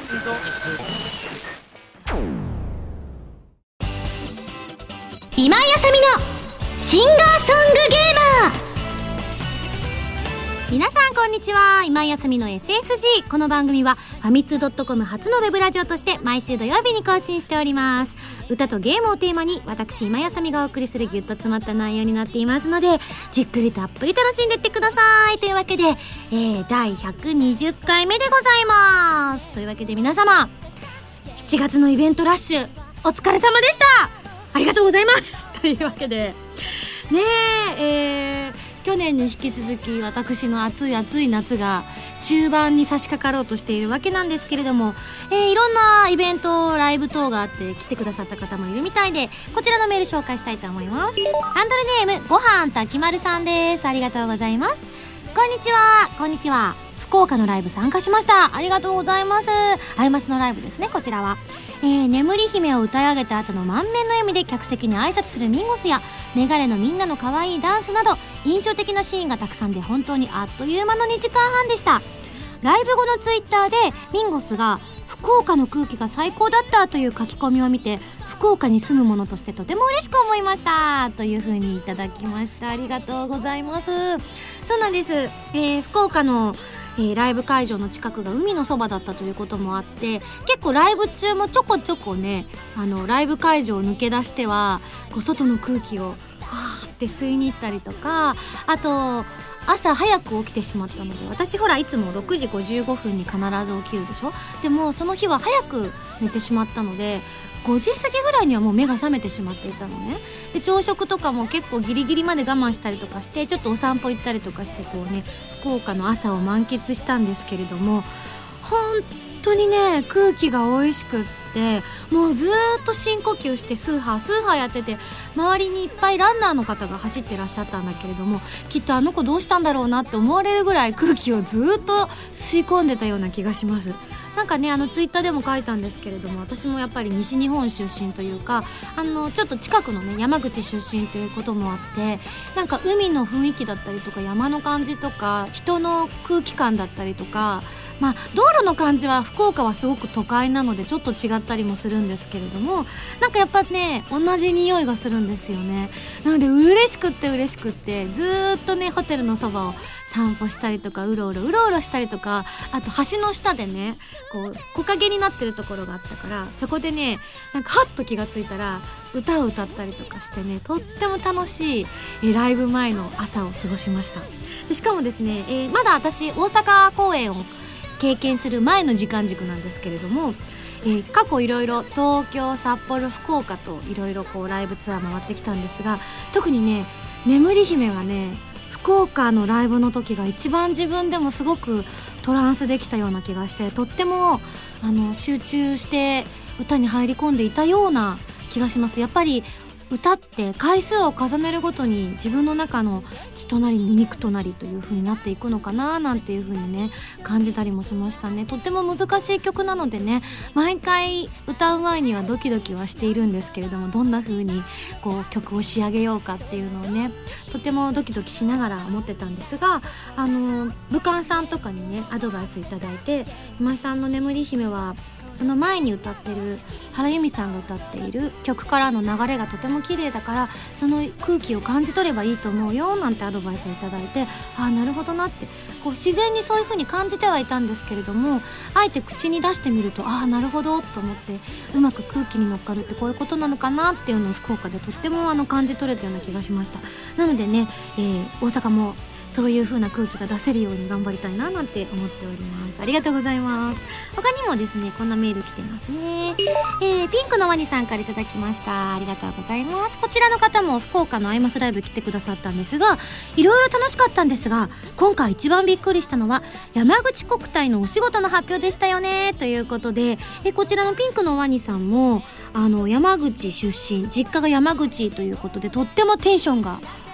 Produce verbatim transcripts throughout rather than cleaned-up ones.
今井あさみのシンガーソングゲーマー。皆さんこんにちは、今井あさみの エスエスジー。この番組はファミツー .com 初のウェブラジオとして毎週土曜日に更新しております。歌とゲームをテーマに私今井あさみがお送りするギュッと詰まった内容になっていますので、じっくりたっぷり楽しんでいってください。というわけで、えー、だいひゃくにじゅっかいめでございます。というわけで皆様、しちがつのイベントラッシュお疲れ様でした。ありがとうございますというわけでねえ、えー、去年に引き続き私の暑い暑い夏が中盤に差し掛かろうとしているわけなんですけれども、えー、いろんなイベントライブ等があって来てくださった方もいるみたいで、こちらのメール紹介したいと思います。ハンドルネームごはんたきまるさんです。ありがとうございます。こんにちは。こんにちは。福岡のライブ参加しました。ありがとうございます。アイマスのライブですね、こちらは。えー、眠り姫を歌い上げた後の満面の笑みで客席に挨拶するミンゴスやメガネのみんなの可愛いダンスなど印象的なシーンがたくさんで、本当にあっという間のにじかんはんでした。ライブ後のツイッターでミンゴスが福岡の空気が最高だったという書き込みを見て、福岡に住む者としてとても嬉しく思いましたという風にいただきました。ありがとうございます。そうなんです、えー、福岡のえー、ライブ会場の近くが海のそばだったということもあって、結構ライブ中もちょこちょこね、あのライブ会場を抜け出してはこう外の空気をわーって吸いに行ったりとか、あと朝早く起きてしまったので、私ほらいつもろくじごじゅうごふんに必ず起きるでしょ。でもその日は早く寝てしまったので、ごじ過ぎぐらいにはもう目が覚めてしまっていたのね。で朝食とかも結構ギリギリまで我慢したりとかして、ちょっとお散歩行ったりとかして、こうね福岡の朝を満喫したんですけれども、本当にね空気が美味しくって、もうずーっと深呼吸してスーハースーハーやってて、周りにいっぱいランナーの方が走ってらっしゃったんだけれども、きっとあの子どうしたんだろうなって思われるぐらい空気をずーっと吸い込んでたような気がします。なんかね、あのツイッターでも書いたんですけれども、私もやっぱり西日本出身というか、あのちょっと近くのね山口出身ということもあって、なんか海の雰囲気だったりとか山の感じとか人の空気感だったりとか、まあ道路の感じは福岡はすごく都会なのでちょっと違ったりもするんですけれども、なんかやっぱね同じ匂いがするんですよね。なので嬉しくって嬉しくってずーっとねホテルのそばを散歩したりとか、うろうろうろうろしたりとか、あと橋の下でねこう木陰になってるところがあったから、そこでねなんかハッと気がついたら歌を歌ったりとかしてね、とっても楽しいえライブ前の朝を過ごしました。でしかもですね、えー、まだ私大阪公演を経験する前の時間軸なんですけれども、えー、過去いろいろ東京、札幌、福岡といろいろこうライブツアー回ってきたんですが、特にね眠り姫がね福岡のライブの時が一番自分でもすごくトランスできたような気がして、とってもあの集中して歌に入り込んでいたような気がします。やっぱり歌って回数を重ねるごとに自分の中の血となり肉となりという風になっていくのかななんていう風にね感じたりもしましたね。とっても難しい曲なのでね、毎回歌う前にはドキドキはしているんですけれども、どんな風にこう曲を仕上げようかっていうのをねとてもドキドキしながら思ってたんですが、あの武漢さんとかにねアドバイスいただいて、今井さんの眠り姫はその前に歌ってる原由美さんが歌っている曲からの流れがとても綺麗だから、その空気を感じ取ればいいと思うよなんてアドバイスをいただいて、ああなるほどなってこう自然にそういう風に感じてはいたんですけれども、あえて口に出してみるとああなるほどと思って、うまく空気に乗っかるってこういうことなのかなっていうのを福岡でとってもあの感じ取れたような気がしました。なのでね、えー、大阪もそういう風な空気が出せるように頑張りたいななんて思っております。ありがとうございます。他にもですねこんなメール来てますね。えー、ピンクのワニさんからいただきました。ありがとうございます。こちらの方も福岡のアイマスライブ来てくださったんですが、いろいろ楽しかったんですが、今回一番びっくりしたのは山口国体のお仕事の発表でしたよねということで、えこちらのピンクのワニさんもあの山口出身、実家が山口ということでとってもテンションが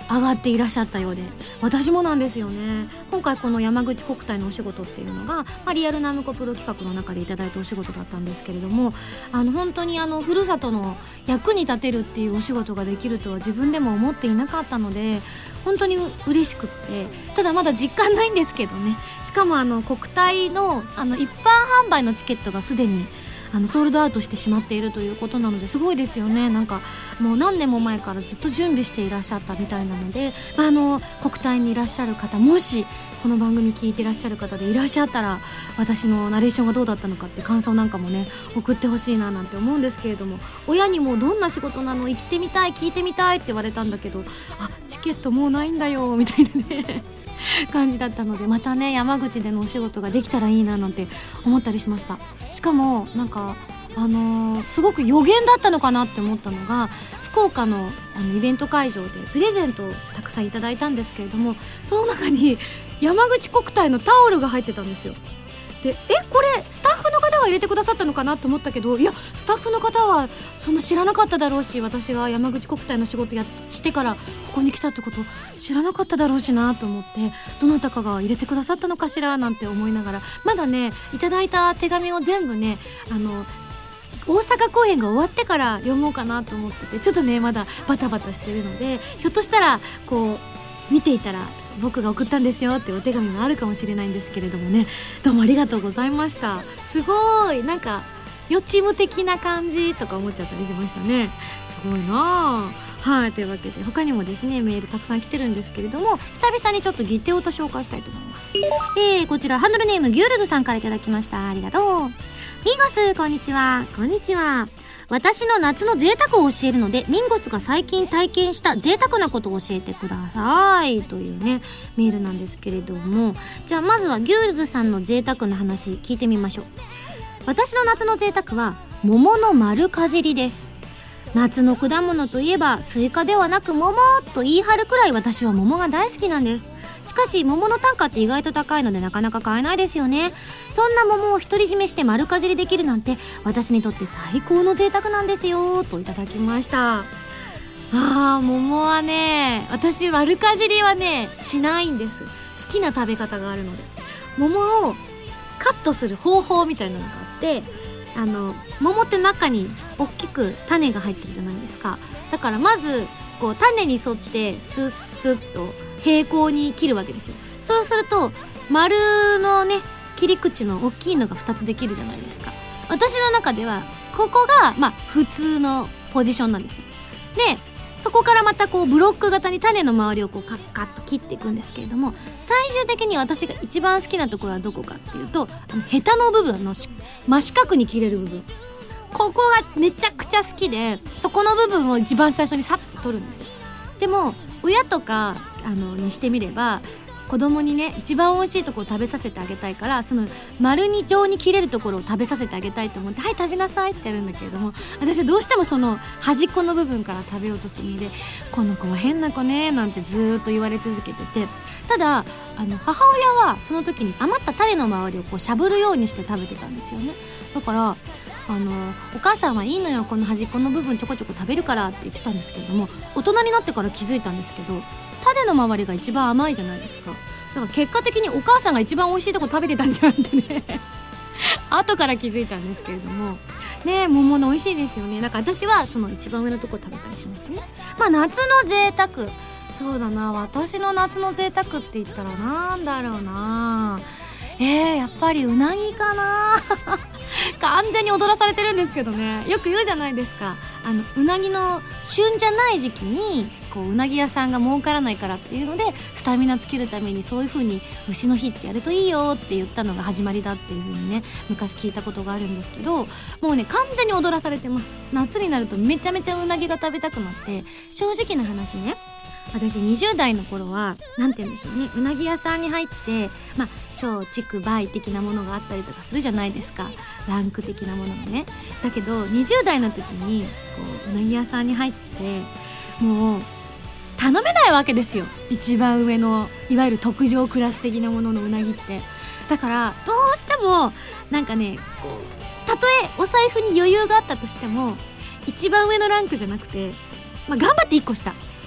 上がっていらっしゃったようで、私もなんですよね。今回この山口国体のお仕事っていうのが、まあ、リアルナムコプロ企画の中でいただいたお仕事だったんですけれども、あの本当にあのふるさとの役に立てるっていうお仕事ができるとは自分でも思っていなかったので、本当に嬉しくって、ただまだ実感ないんですけどね。しかもあの国体のあの一般販売のチケットがすでにあのソールドアウトしてしまっているということなので、すごいですよね。なんかもう何年も前からずっと準備していらっしゃったみたいなので、まあ、あの国体にいらっしゃる方、もしこの番組聞いていらっしゃる方でいらっしゃったら、私のナレーションがどうだったのかって感想なんかもね送ってほしいななんて思うんですけれども、親にもどんな仕事なの、行ってみたい、聞いてみたいって言われたんだけど、あ、チケットもうないんだよみたいなね感じだったので、またね山口でのお仕事ができたらいいななんて思ったりしました。しかもなんかあのー、すごく予言だったのかなって思ったのが、福岡のあのイベント会場でプレゼントをたくさんいただいたんですけれども、その中に山口国体のタオルが入ってたんですよ。で、えこれスタッフの方が入れてくださったのかなと思ったけど、いやスタッフの方はそんな知らなかっただろうし、私が山口国体の仕事やしてからここに来たってこと知らなかっただろうしなと思って、どなたかが入れてくださったのかしらなんて思いながら、まだねいただいた手紙を全部ね、あの大阪公演が終わってから読もうかなと思ってて、ちょっとねまだバタバタしてるので、ひょっとしたらこう見ていたら僕が送ったんですよってお手紙もあるかもしれないんですけれどもね、どうもありがとうございました。すごいなんか予知夢的な感じとか思っちゃったりしましたね。すごいなあ。はい、というわけで他にもですねメールたくさん来てるんですけれども、久々にちょっとギテオタ紹介したいと思います。えー、こちらハンドルネームギュールズさんからいただきました。ありがとう。ミンゴス、こんにちは。こんにちは。私の夏の贅沢を教えるので、ミンゴスが最近体験した贅沢なことを教えてくださいというねメールなんですけれども、じゃあまずはギュールズさんの贅沢な話聞いてみましょう。私の夏の贅沢は桃の丸かじりです。夏の果物といえばスイカではなく桃と言い張るくらい私は桃が大好きなんです。しかし桃の単価って意外と高いのでなかなか買えないですよね。そんな桃を独り占めして丸かじりできるなんて私にとって最高の贅沢なんですよといただきました。あー、桃はね、私丸かじりはねしないんです。好きな食べ方があるので、桃をカットする方法みたいなのがあって、あの桃って中に大きく種が入ってるじゃないですか。だからまずこう種に沿ってスッスッと平行に切るわけですよ。そうすると丸のね切り口の大きいのがふたつできるじゃないですか。私の中ではここがまあ普通のポジションなんですよ。でそこからまたこうブロック型に種の周りをこうカッカッと切っていくんですけれども、最終的に私が一番好きなところはどこかっていうと、あのヘタの部分の真四角に切れる部分、ここがめちゃくちゃ好きで、そこの部分を一番最初にサッと取るんですよ。でも親とかあのにしてみれば子供にね一番美味しいところを食べさせてあげたいから、その丸に状に切れるところを食べさせてあげたいと思って、はい食べなさいってやるんだけれども、私はどうしてもその端っこの部分から食べようとするので、この子は変な子ねなんてずーっと言われ続けてて、ただあの母親はその時に余った種の周りをこうしゃぶるようにして食べてたんですよね。だからあのお母さんはいいのよ、この端っこの部分ちょこちょこ食べるからって言ってたんですけれども、大人になってから気づいたんですけど、種の周りが一番甘いじゃないですか。だから結果的にお母さんが一番美味しいとこ食べてたんじゃんってね後から気づいたんですけれどもね、桃の美味しいですよね。だから私はその一番上のとこ食べたりしますね。まあ夏の贅沢、そうだな、私の夏の贅沢って言ったらなんだろうな、えー、やっぱりうなぎかな完全に踊らされてるんですけどね、よく言うじゃないですか、あのうなぎの旬じゃない時期にこううなぎ屋さんが儲からないからっていうのでスタミナつけるためにそういう風に牛の日ってやるといいよって言ったのが始まりだっていう風にね昔聞いたことがあるんですけど、もうね完全に踊らされてます。夏になるとめちゃめちゃうなぎが食べたくなって、正直な話ね、私にじゅう代の頃はなんて言うんでしょうね、うなぎ屋さんに入ってまあ小畜梅的なものがあったりとかするじゃないですか、ランク的なものがね。だけどにじゅう代の時にこううなぎ屋さんに入ってもう頼めないわけですよ、一番上のいわゆる特上クラス的なもののうなぎって。だからどうしてもなんかね、こうたとえお財布に余裕があったとしても一番上のランクじゃなくて、まあ、頑張っていっこ下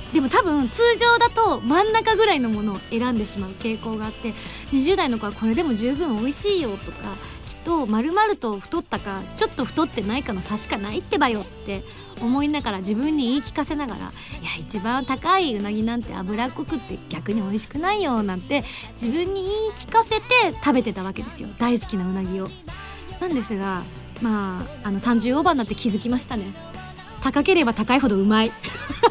でも多分通常だと真ん中ぐらいのものを選んでしまう傾向があって、にじゅう代の子はこれでも十分美味しいよとか、きっと丸々と太ったかちょっと太ってないかの差しかないってばよって思いながら、自分に言い聞かせながら、いや一番高いうなぎなんて脂っこくって逆に美味しくないよなんて自分に言い聞かせて食べてたわけですよ、大好きなうなぎを。なんですが、まああのさんじゅうオーバーになって気づきましたね。高ければ高いほどうまい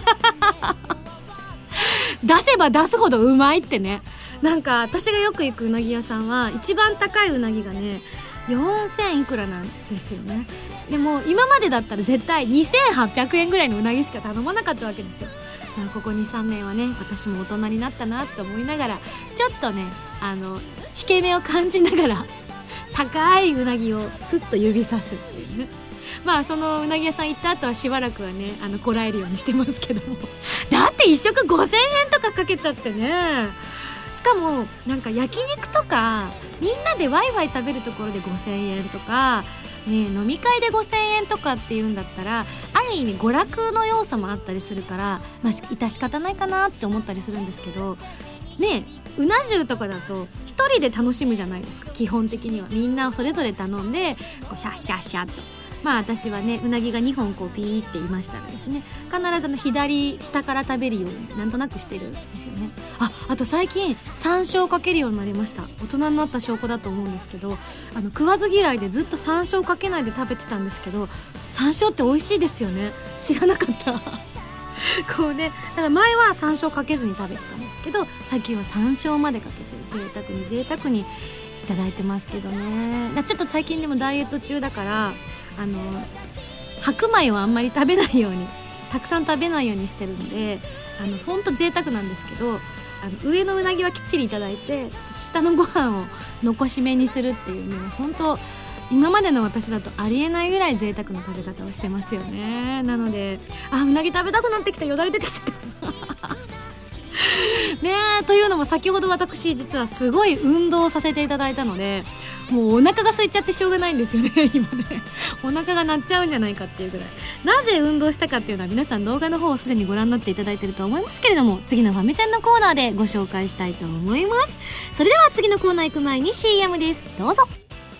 出せば出すほどうまいってね。なんか私がよく行くうなぎ屋さんは一番高いうなぎがねよんせんいくらなんですよね。でも今までだったら絶対にせんはっぴゃくえんぐらいのうなぎしか頼まなかったわけですよ。ここ にさんねんはね、私も大人になったなって思いながら、ちょっとねあの引け目を感じながら高いうなぎをスッと指さすっていうね。まあそのうなぎ屋さん行った後はしばらくはねあのこらえるようにしてますけどもだって一食ごせんえんとかかけちゃってね。しかもなんか焼肉とかみんなでワイワイ食べるところでごせんえんとかね、飲み会でごせんえんとかっていうんだったら、ある意味娯楽の要素もあったりするから、まあ致し方ないかなって思ったりするんですけどね。うな重とかだと一人で楽しむじゃないですか。基本的にはみんなそれぞれ頼んでこうシャッシャッシャッと、まあ私はねうなぎがにほんこうピーっていましたらですね、必ずあの左下から食べるようになんとなくしてるんですよね。あ、あと最近山椒かけるようになりました。大人になった証拠だと思うんですけど、あの食わず嫌いでずっと山椒かけないで食べてたんですけど、山椒って美味しいですよね。知らなかったこうね、だから前は山椒かけずに食べてたんですけど、最近は山椒までかけて贅沢に贅沢にいただいてますけどね。ちょっと最近でもダイエット中だからあの白米をあんまり食べないように、たくさん食べないようにしてるので、あのほんと贅沢なんですけど、あの上のうなぎはきっちりいただいて、ちょっと下のご飯を残し目にするっていうね、本当今までの私だとありえないぐらい贅沢な食べ方をしてますよね。なのであ、うなぎ食べたくなってきた、よだれ出てきちゃったねえ、というのも先ほど私実はすごい運動させていただいたので、もうお腹が空いちゃってしょうがないんですよね今ねお腹が鳴っちゃうんじゃないかっていうぐらい。なぜ運動したかっていうのは皆さん動画の方をすでにご覧になっていただいていると思いますけれども、次のファミセンのコーナーでご紹介したいと思います。それでは次のコーナー行く前に シーエム です。どうぞ。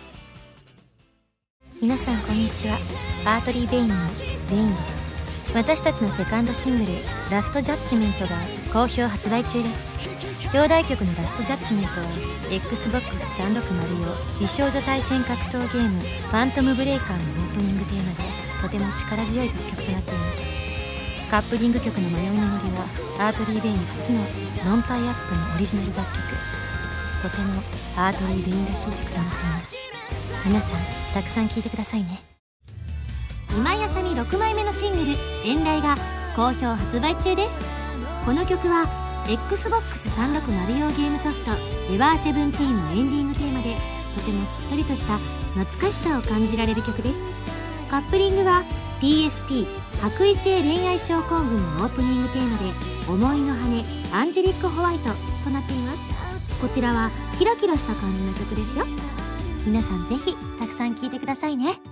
皆さんこんにちは、アートリー・ベインのベインです。私たちのセカンドシングル「ラストジャッジメント」が好評発売中です。表題曲の「ラストジャッジメント」は エックスボックスさんびゃく用美少女対戦格闘ゲーム「ファントムブレイカー」のオープニングテーマでとても力強い楽曲となっています。カップリング曲の「迷いの森」はアートリー・ベイン初のノンタイアップのオリジナル楽曲。とてもアートリー・ベインらしい曲となっています。皆さんたくさん聴いてくださいね。 今井あさみろくまいめのシングル「遠雷」が好評発売中です。この曲は エックスボックスさんびゃく用ゲームソフト「エバーセブンティーン」のエンディングテーマで、とてもしっとりとした懐かしさを感じられる曲です。カップリングは ピーエスピー 白衣性恋愛症候群のオープニングテーマで「思いの羽アンジェリック・ホワイト」となっています。こちらはキラキラした感じの曲ですよ。皆さんぜひたくさん聴いてくださいね。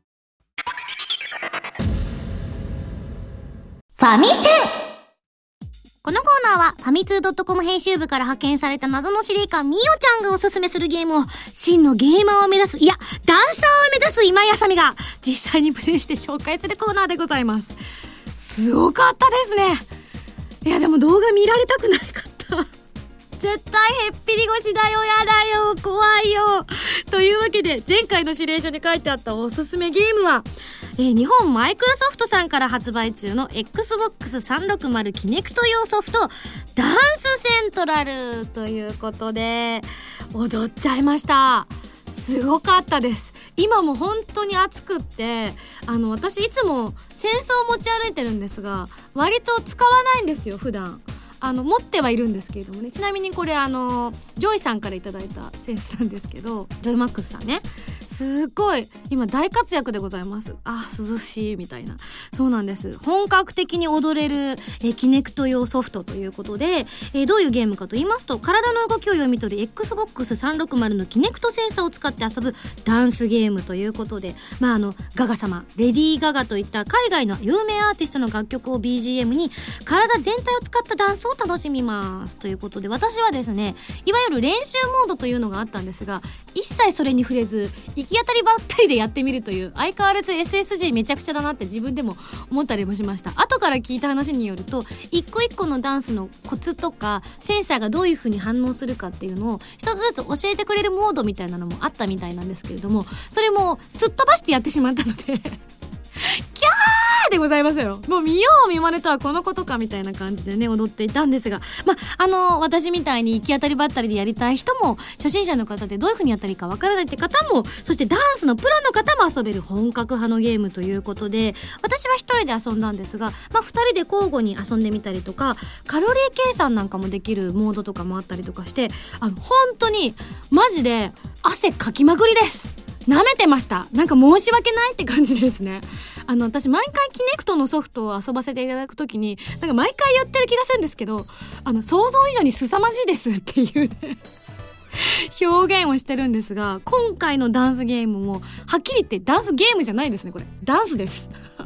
ファミセン。このコーナーはファミツー .com 編集部から派遣された謎の司令官みおちゃんがおすすめするゲームを真のゲーマーを目指す、いやダンサーを目指す今井あさみが実際にプレイして紹介するコーナーでございます。すごかったですね。いやでも動画見られたくないかった絶対へっぴり腰だよ、やだよ、怖いよ。というわけで前回の指令書に書いてあったおすすめゲームは、えー、日本マイクロソフトさんから発売中の エックスボックスさんびゃくキネクト用ソフトダンスセントラルということで踊っちゃいました。すごかったです。今も本当に暑くって、あの私いつも扇子を持ち歩いてるんですが割と使わないんですよ普段。あの持ってはいるんですけれどもね。ちなみにこれあのジョイさんからいただいた扇子なんですけど、ジョイマックスさんね、 すっごい今大活躍でございます。あ、涼しいみたいな。そうなんです。本格的に踊れるえキネクト用ソフトということで、えー、どういうゲームかと言いますと、体の動きを読み取る エックスボックスさんびゃくろくじゅう のキネクトセンサーを使って遊ぶダンスゲームということで、まああのガガ様、レディー・ガガといった海外の有名アーティストの楽曲を ビージーエム に体全体を使ったダンスを楽しみますということで、私はですね、いわゆる練習モードというのがあったんですが、一切それに触れず行き当たりばったりでやってみるという、相変わらず エスエスジー めちゃくちゃだなって自分でも思ったりもしました。後から聞いた話によると、一個一個のダンスのコツとかセンサーがどういう風に反応するかっていうのを一つずつ教えてくれるモードみたいなのもあったみたいなんですけれども、それもすっ飛ばしてやってしまったのでキャーでございますよ。もう見よう見まねとはこのことかみたいな感じでね踊っていたんですが、まあの私みたいに行き当たりばったりでやりたい人も、初心者の方でどういう風にやったらいいかわからないって方も、そしてダンスのプロの方も遊べる本格派のゲームということで、私は一人で遊んだんですが、まあ二人で交互に遊んでみたりとか、カロリー計算なんかもできるモードとかもあったりとかして、あの本当にマジで汗かきまくりです。舐めてました。なんか申し訳ないって感じですね。あの私毎回キネクトのソフトを遊ばせていただくときに、なんか毎回やってる気がするんですけど、あの想像以上に凄まじいですっていうね表現をしてるんですが、今回のダンスゲームもはっきり言ってダンスゲームじゃないですね。これダンスです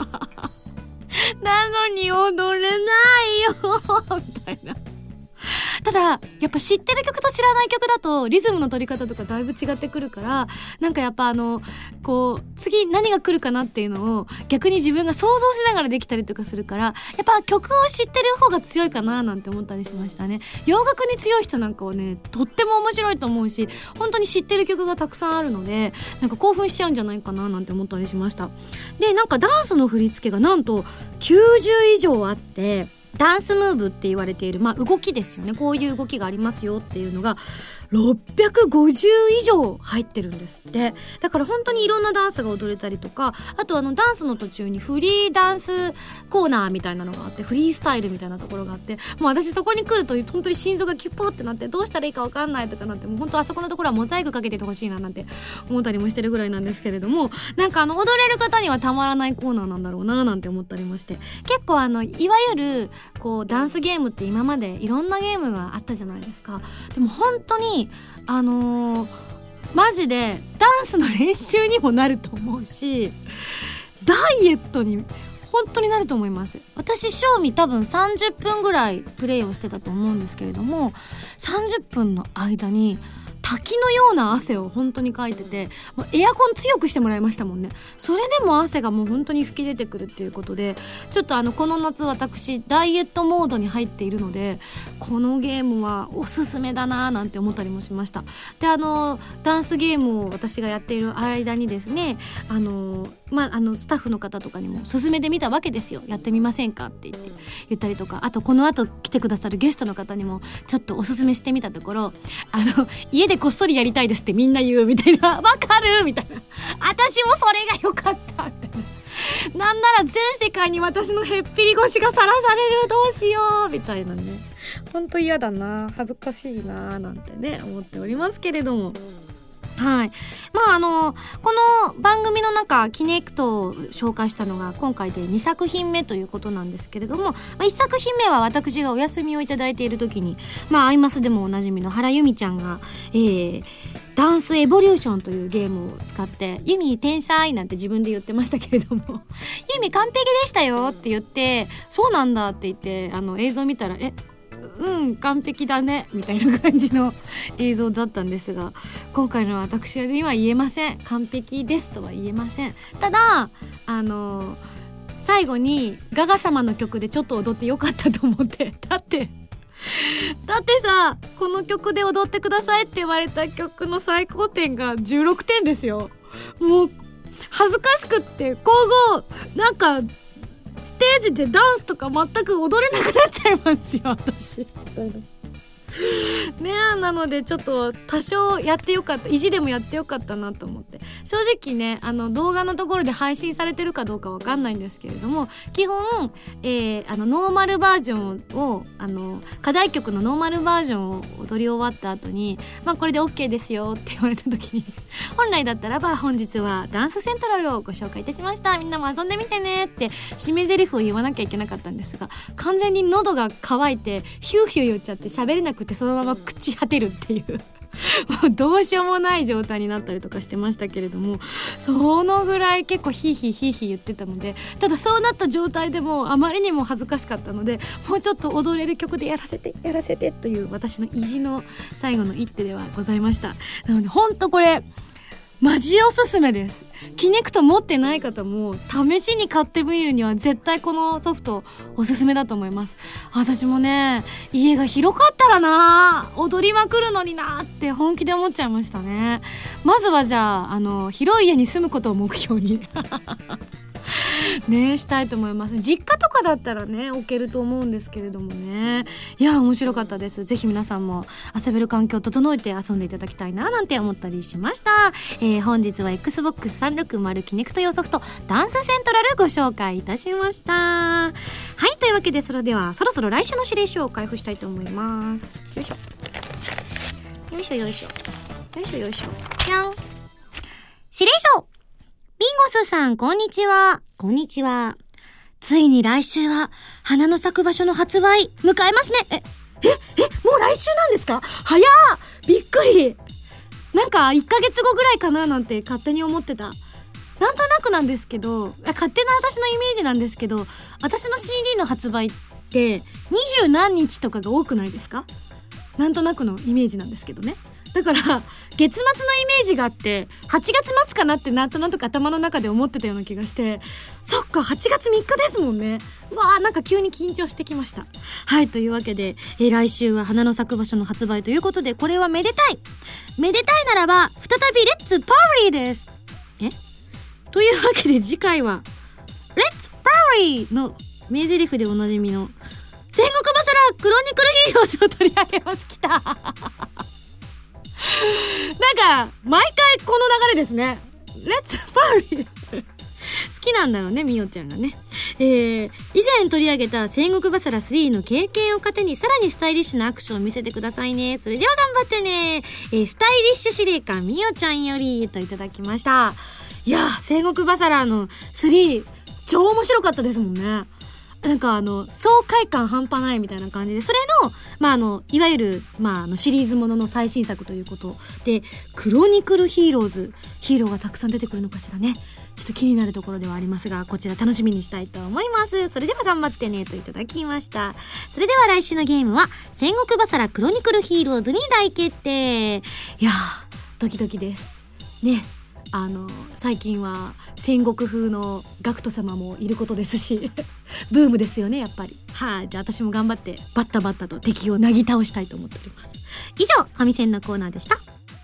なのに踊れないよみたいな。ただやっぱ知ってる曲と知らない曲だとリズムの取り方とかだいぶ違ってくるから、なんかやっぱあのこう次何が来るかなっていうのを逆に自分が想像しながらできたりとかするから、やっぱ曲を知ってる方が強いかななんて思ったりしましたね。洋楽に強い人なんかはねとっても面白いと思うし、本当に知ってる曲がたくさんあるので、なんか興奮しちゃうんじゃないかななんて思ったりしました。でなんかダンスの振り付けがなんときゅうじゅう以上あって、ダンスムーブって言われている、まあ、動きですよね。こういう動きがありますよっていうのがろっぴゃくごじゅう以上入ってるんですって。だから本当にいろんなダンスが踊れたりとか、あとあのダンスの途中にフリーダンスコーナーみたいなのがあって、フリースタイルみたいなところがあって、もう私そこに来ると本当に心臓がキュッポってなって、どうしたらいいか分かんないとかなって、もう本当あそこのところはモザイクかけててほしいななんて思ったりもしてるぐらいなんですけれども、なんかあの踊れる方にはたまらないコーナーなんだろうななんて思ったりもして、結構あのいわゆるこうダンスゲームって今までいろんなゲームがあったじゃないですか。でも本当にあのー、マジでダンスの練習にもなると思うし、ダイエットに本当になると思います。私正味多分さんじゅっぷんぐらいプレイをしてたと思うんですけれども、さんじゅっぷんの間に滝のような汗を本当にかいてて、もうエアコン強くしてもらいましたもんね。それでも汗がもう本当に吹き出てくるっていうことで、ちょっとあのこの夏私ダイエットモードに入っているので、このゲームはおすすめだななんて思ったりもしました。であのダンスゲームを私がやっている間にですね、あのまあ、あのスタッフの方とかにも勧めてみたわけですよ。やってみませんかって言って言ったりとか、あとこの後来てくださるゲストの方にもちょっとおすすめしてみたところ、あの家でこっそりやりたいですってみんな言うみたいな、わかるみたいな、私もそれが良かったみたいな、なんなら全世界に私のへっぴり腰がさらされる、どうしようみたいなね、ほんと嫌だな、恥ずかしいななんてね思っておりますけれども、はい。まああのこの番組の中キネクトを紹介したのが今回でにさく品目ということなんですけれども、まあ、いっさく品目は私がお休みをいただいている時に、まあアイマスでもおなじみの原由美ちゃんが、えー、ダンスエボリューションというゲームを使ってユミ天才なんて自分で言ってましたけれどもユミ完璧でしたよって言って、そうなんだって言ってあの映像見たら、えうん完璧だねみたいな感じの映像だったんですが、今回の私には言えません。完璧ですとは言えません。ただあの最後にガガ様の曲でちょっと踊ってよかったと思って、だってだってさ、この曲で踊ってくださいって言われた曲の最高点がじゅうろくてんですよ。もう恥ずかしくって今後なんかステージでダンスとか全く踊れなくなっちゃいますよ私ねえ、なのでちょっと多少やってよかった、意地でもやってよかったなと思って、正直ね、あの動画のところで配信されてるかどうかわかんないんですけれども、基本、えー、あのノーマルバージョンをあの課題曲のノーマルバージョンを踊り終わった後に、まあこれで OK ですよって言われた時に本来だったらば本日はダンスセントラルをご紹介いたしました、みんなも遊んでみてねって締め台詞を言わなきゃいけなかったんですが、完全に喉が渇いてヒューヒュー言っちゃって喋れなくて、そのまま朽ち果てるっていうもうどうしようもない状態になったりとかしてましたけれども、そのぐらい結構ヒーヒーヒーヒー言ってたので、ただそうなった状態でもあまりにも恥ずかしかったので、もうちょっと踊れる曲でやらせてやらせてという私の意地の最後の一手ではございました。なのでほんとこれマジおすすめです。キネクト持ってない方も試しに買ってみるには絶対このソフトおすすめだと思います。私もね、家が広かったらな、踊りまくるのになって本気で思っちゃいましたね。まずはじゃあ、あの広い家に住むことを目標にねしたいと思います。実家とかだったらね置けると思うんですけれどもね、いや面白かったです。ぜひ皆さんも遊べる環境を整えて遊んでいただきたいななんて思ったりしました。えー、本日は エックスボックスさんびゃくろくじゅう キネクト用ソフトダンスセントラルご紹介いたしました。はい、というわけでそれではそろそろ来週の指令書を開封したいと思います。よいしょよいしょよいしょよいしょよいしょじゃん。指令書、ビンゴスさん、こんにちは。こんにちは。ついに来週は、花の咲く場所の発売、迎えますね。え、え、え、もう来週なんですか？早っ！びっくり。なんか、いっかげつごぐらいかななんて勝手に思ってた。なんとなくなんですけど、勝手な私のイメージなんですけど、私の シーディー の発売って、二十何日とかが多くないですか？なんとなくのイメージなんですけどね。だから月末のイメージがあって、はちがつ末かなってなんとなく頭の中で思ってたような気がして、そっかはちがつみっかですもんね。うわー、なんか急に緊張してきました。はい、というわけで、えー、来週は花の咲く場所の発売ということで、これはめでたいめでたいならば再びレッツパーリーです。えというわけで次回はレッツパーリーの名台詞でおなじみの戦国バサラクロニクルヒーローズを取り上げます。きたなんか毎回この流れですね。レッツパーリー好きなんだろうね、みおちゃんがね。えー、以前取り上げた戦国バサラスリーの経験を糧にさらにスタイリッシュなアクションを見せてくださいね。それでは頑張ってね。えー、スタイリッシュ司令官みおちゃんよりといただきました。いやー、戦国バサラのスリー超面白かったですもんね。なんかあの爽快感半端ないみたいな感じで、それのまああのいわゆるまああのシリーズものの最新作ということで、クロニクルヒーローズ、ヒーローがたくさん出てくるのかしらね。ちょっと気になるところではありますが、こちら楽しみにしたいと思います。それでは頑張ってねといただきました。それでは来週のゲームは戦国バサラクロニクルヒーローズに大決定。いやードキドキですね。あの最近は戦国風のガクト様もいることですしブームですよね、やっぱり。はい、じゃあ私も頑張ってバッタバッタと敵をなぎ倒したいと思っております。以上、ファミセンのコーナーでした。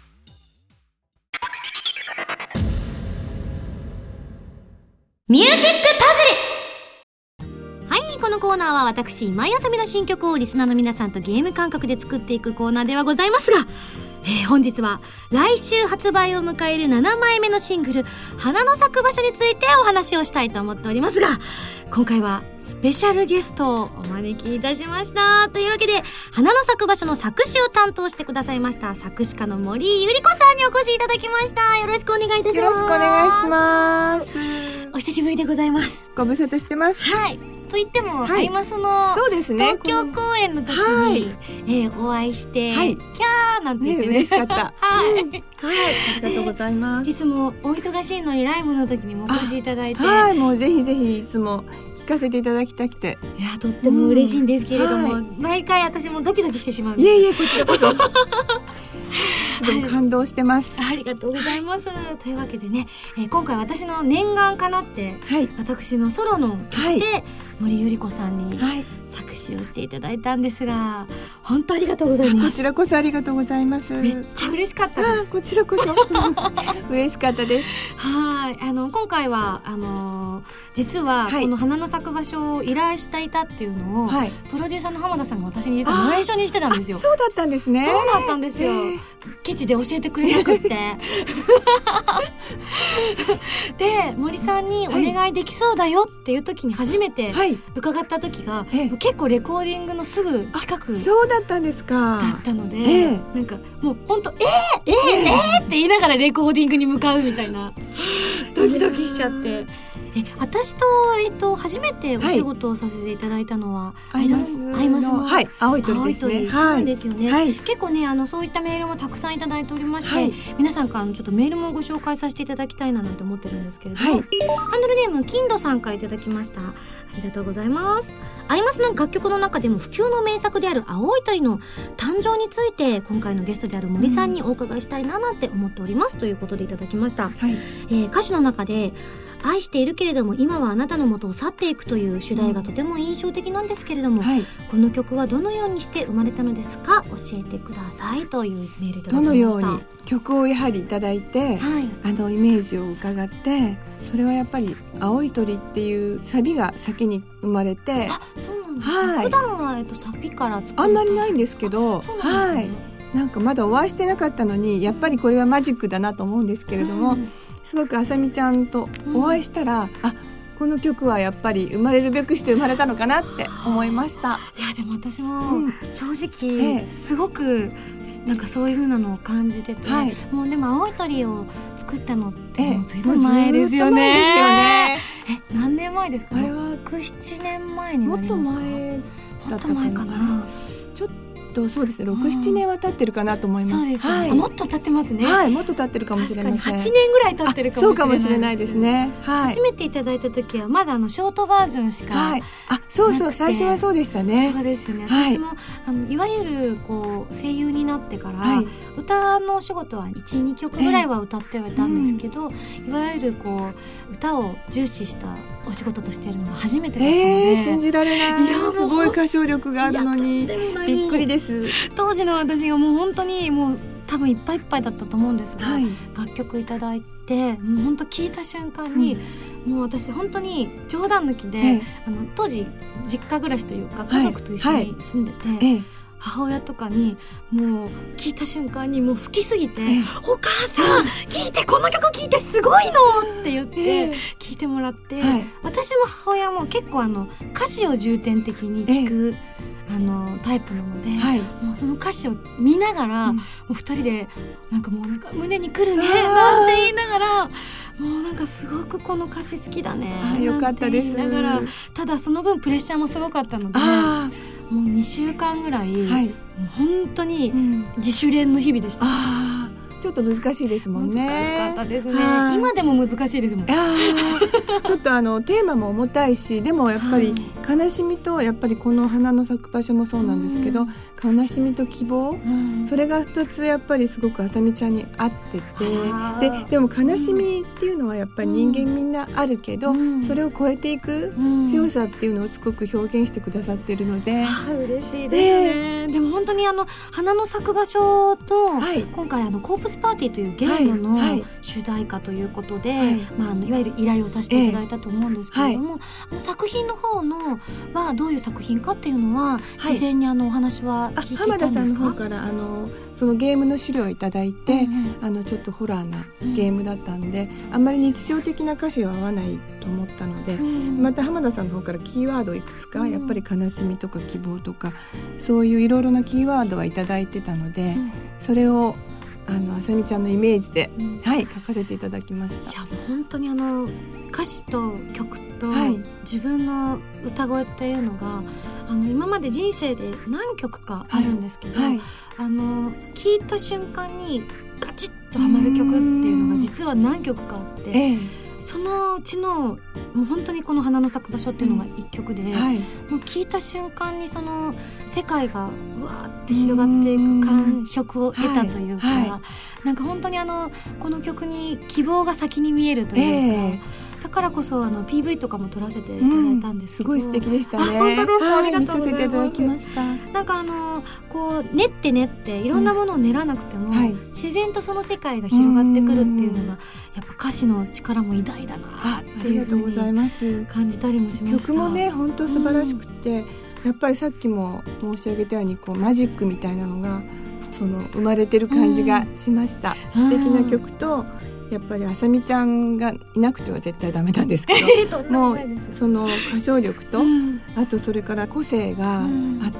ミュージックパズル。はい、このコーナーは私今井あさみの新曲をリスナーの皆さんとゲーム感覚で作っていくコーナーではございますが、えー、本日は来週発売を迎えるななまいめのシングル花の咲く場所についてお話をしたいと思っておりますが、今回はスペシャルゲストをお招きいたしました。というわけで花の咲く場所の作詞を担当してくださいました作詞家の森ゆり子さんにお越しいただきました。よろしくお願いいたします。 よろしくお願いします。 お久しぶりでございます。 ご無沙汰してます。 はい、と言っても、はい、アイマスのそうですね、 東京公演の時に、はい、えー、お会いして、はい、キャーなんて言ってね、 ね、嬉しかった。 はい、 うん、はい、ありがとうございます。 いつもお忙しいのにライブの時にもお越しいただいて、 はい、もうぜひぜひいつも聞かせていただきたくて、 いやとっても嬉しいんですけれども、 うん、はい、 毎回私もドキドキしてしまうんです。 いえいえ、こちらこそでも感動してます。 ありがとうございます。というわけでね、えー、今回私の念願かなって、はい、私のソロの曲で、はい、森ゆり子さんに作詞をしていただいたんですが、本当ありがとうございます。 こちらこそありがとうございます。 めっちゃ嬉しかったです。 こちらこそ嬉しかったです。 ははい、あの今回はあのー、実はこの花の咲く場所を依頼していたっていうのを、はい、プロデューサーの浜田さんが私に実は内緒にしてたんですよ。 そうだったんですね。 そうだったんですよ。ケチで教えてくれなくってで森さんにお願いできそうだよっていう時に初めて伺った時が、はい、結構レコーディングのすぐ近くそうだったんですか。 だったので、えー、なんかもう本当えー、えー、えー、って言いながらレコーディングに向かうみたいなドキドキしちゃって。え私と、えっと、初めてお仕事をさせていただいたのは、 はい、アイマスの、はい、青い鳥ですね。 そうなんですよね、はい、結構ねあのそういったメールもたくさんいただいておりまして、はい、皆さんからのちょっとメールもご紹介させていただきたいななんて思ってるんですけれども、はい、ハンドルネーム金土さんからいただきました。ありがとうございます。アイマスの楽曲の中でも不朽の名作である青い鳥の誕生について今回のゲストである森さんにお伺いしたいななんて思っております、うん、ということでいただきました、はい。えー、歌詞の中で愛しているけれども今はあなたの元を去っていくという主題がとても印象的なんですけれども、うんはい、この曲はどのようにして生まれたのですか、教えてくださいというメールいただきました。 どのように曲をやはりいただいて、はい、あのイメージを伺って、それはやっぱり青い鳥っていうサビが先に生まれて。 あ、そうなんですね、はい、普段は、えっと、サビから作るあんまりないんですけど、そうなんですね、はい、なんかまだお会いしてなかったのにやっぱりこれはマジックだなと思うんですけれども、うん、すごくあさみちゃんとお会いしたら、うん、あ、この曲はやっぱり生まれるべくして生まれたのかなって思いました。 いやでも私も正直すごくなんかそういう風なのを感じてて、はい、もうでも青い鳥を作ったのってもうずいぶん前ですよね。 ええ、ずっと前ですよね。 え、何年前ですか？ あれはろく、ななねんまえになりますか？ もっと前だったかな。 もっと前かな。 ちょっとそうですね、ろく、ななねんは経ってるかなと思います。 そうですよね、はい、もっと経ってますね。 はい、もっと経ってるかもしれません。 確かにはちねんぐらい経ってるかもしれないです。 そうかもしれないですね、はい、 初めていただいた時はまだあのショートバージョンしか、はい、 あ、そうそう、最初はそうでしたね。 そうですよね、私も、はい、あのいわゆるこう声優になってから、はい、歌のお仕事はいち、にきょくぐらいは歌ってはいたんですけど、えーうん、いわゆるこう歌を重視したお仕事としてやるのが初めてだったので、 えー、信じられない。いや、すごい歌唱力があるのにびっくりです。 当時の私がもう本当にもう多分いっぱいいっぱいだったと思うんですが、はい、楽曲いただいてもう本当聞いた瞬間に、うん、もう私本当に冗談抜きで、ええ、あの当時実家暮らしというか家族と一緒に住んでて、はいはい、ええ、母親とかにもう聞いた瞬間にもう好きすぎて、ええ、お母さん聞いて、この曲聞いてすごいのって言って聞いてもらって、ええ、私も母親も結構あの歌詞を重点的に聞く、ええ、あのタイプなので、はい、もうその歌詞を見ながら、うん、もうふたりでなんかもうなんか胸にくるねなんて言いながら、もうなんかすごくこの歌詞好きだねなんて言いながら、ただその分プレッシャーもすごかったので、もうにしゅうかんぐらい、はい、もう本当に自主練の日々でした、うん。 あ、ちょっと難しいですもんね。 難しかったですね。今でも難しいですもん。 あちょっとあのテーマも重たいし、でもやっぱり悲しみと、やっぱりこの花の咲く場所もそうなんですけど、うん、悲しみと希望、うん、それがふたつやっぱりすごくあさみちゃんに合ってて、で, でも悲しみっていうのはやっぱり人間みんなあるけど、うん、それを超えていく強さっていうのをすごく表現してくださってるので、 うん、嬉しいですね、えー、でも本当にあの花の咲く場所と、はい、今回あのコープスパーティーというゲームの主題歌ということで、はいはい、まあ、あのいわゆる依頼をさせていただいたと思うんですけれども、えーはい、あの作品の方のはどういう作品かっていうのは事前にあのお話は聞いていたんですか？浜田さんの方からあのそのゲームの資料をいただいて、うんうん、あのちょっとホラーなゲームだったんで、うん、あんまり日常的な歌詞は合わないと思ったので、うん、また浜田さんの方からキーワードをいくつか、うん、やっぱり悲しみとか希望とかそういういろいろなキーワードはいただいてたので、うん、それをあのあさみちゃんのイメージで、うん、はい、書かせていただきました。 いやもう本当にあの歌詞と曲と自分の歌声っていうのが、あの今まで人生で何曲かあるんですけど、はいはい、あの聴いた瞬間にガチッとハマる曲っていうのが実は何曲かあって、ええ、そのうちのもう本当にこの花の咲く場所っていうのが一曲で、うん、はい、もう聴いた瞬間にその世界がうわーって広がっていく感触を得たというか、はいはい、なんか本当にあのこの曲に希望が先に見えるというか、えーだからこそあの ピーブイ とかも撮らせていただいたんですけど、 うん、すごい素敵でしたね。 あ、本当ですか、 はい、 ありがとうございます。 見させていただきました。 なんかあのこう練って練っていろんなものを練らなくても、うん、はい、自然とその世界が広がってくるっていうのがやっぱ歌詞の力も偉大だなっていうふうに感じたりもしました。 曲もね本当素晴らしくて、うん、やっぱりさっきも申し上げたようにこうマジックみたいなのがその生まれてる感じがしました、うん、素敵な曲とやっぱりあさみちゃんがいなくては絶対ダメなんですけどもうその歌唱力と、うん、あとそれから個性があって、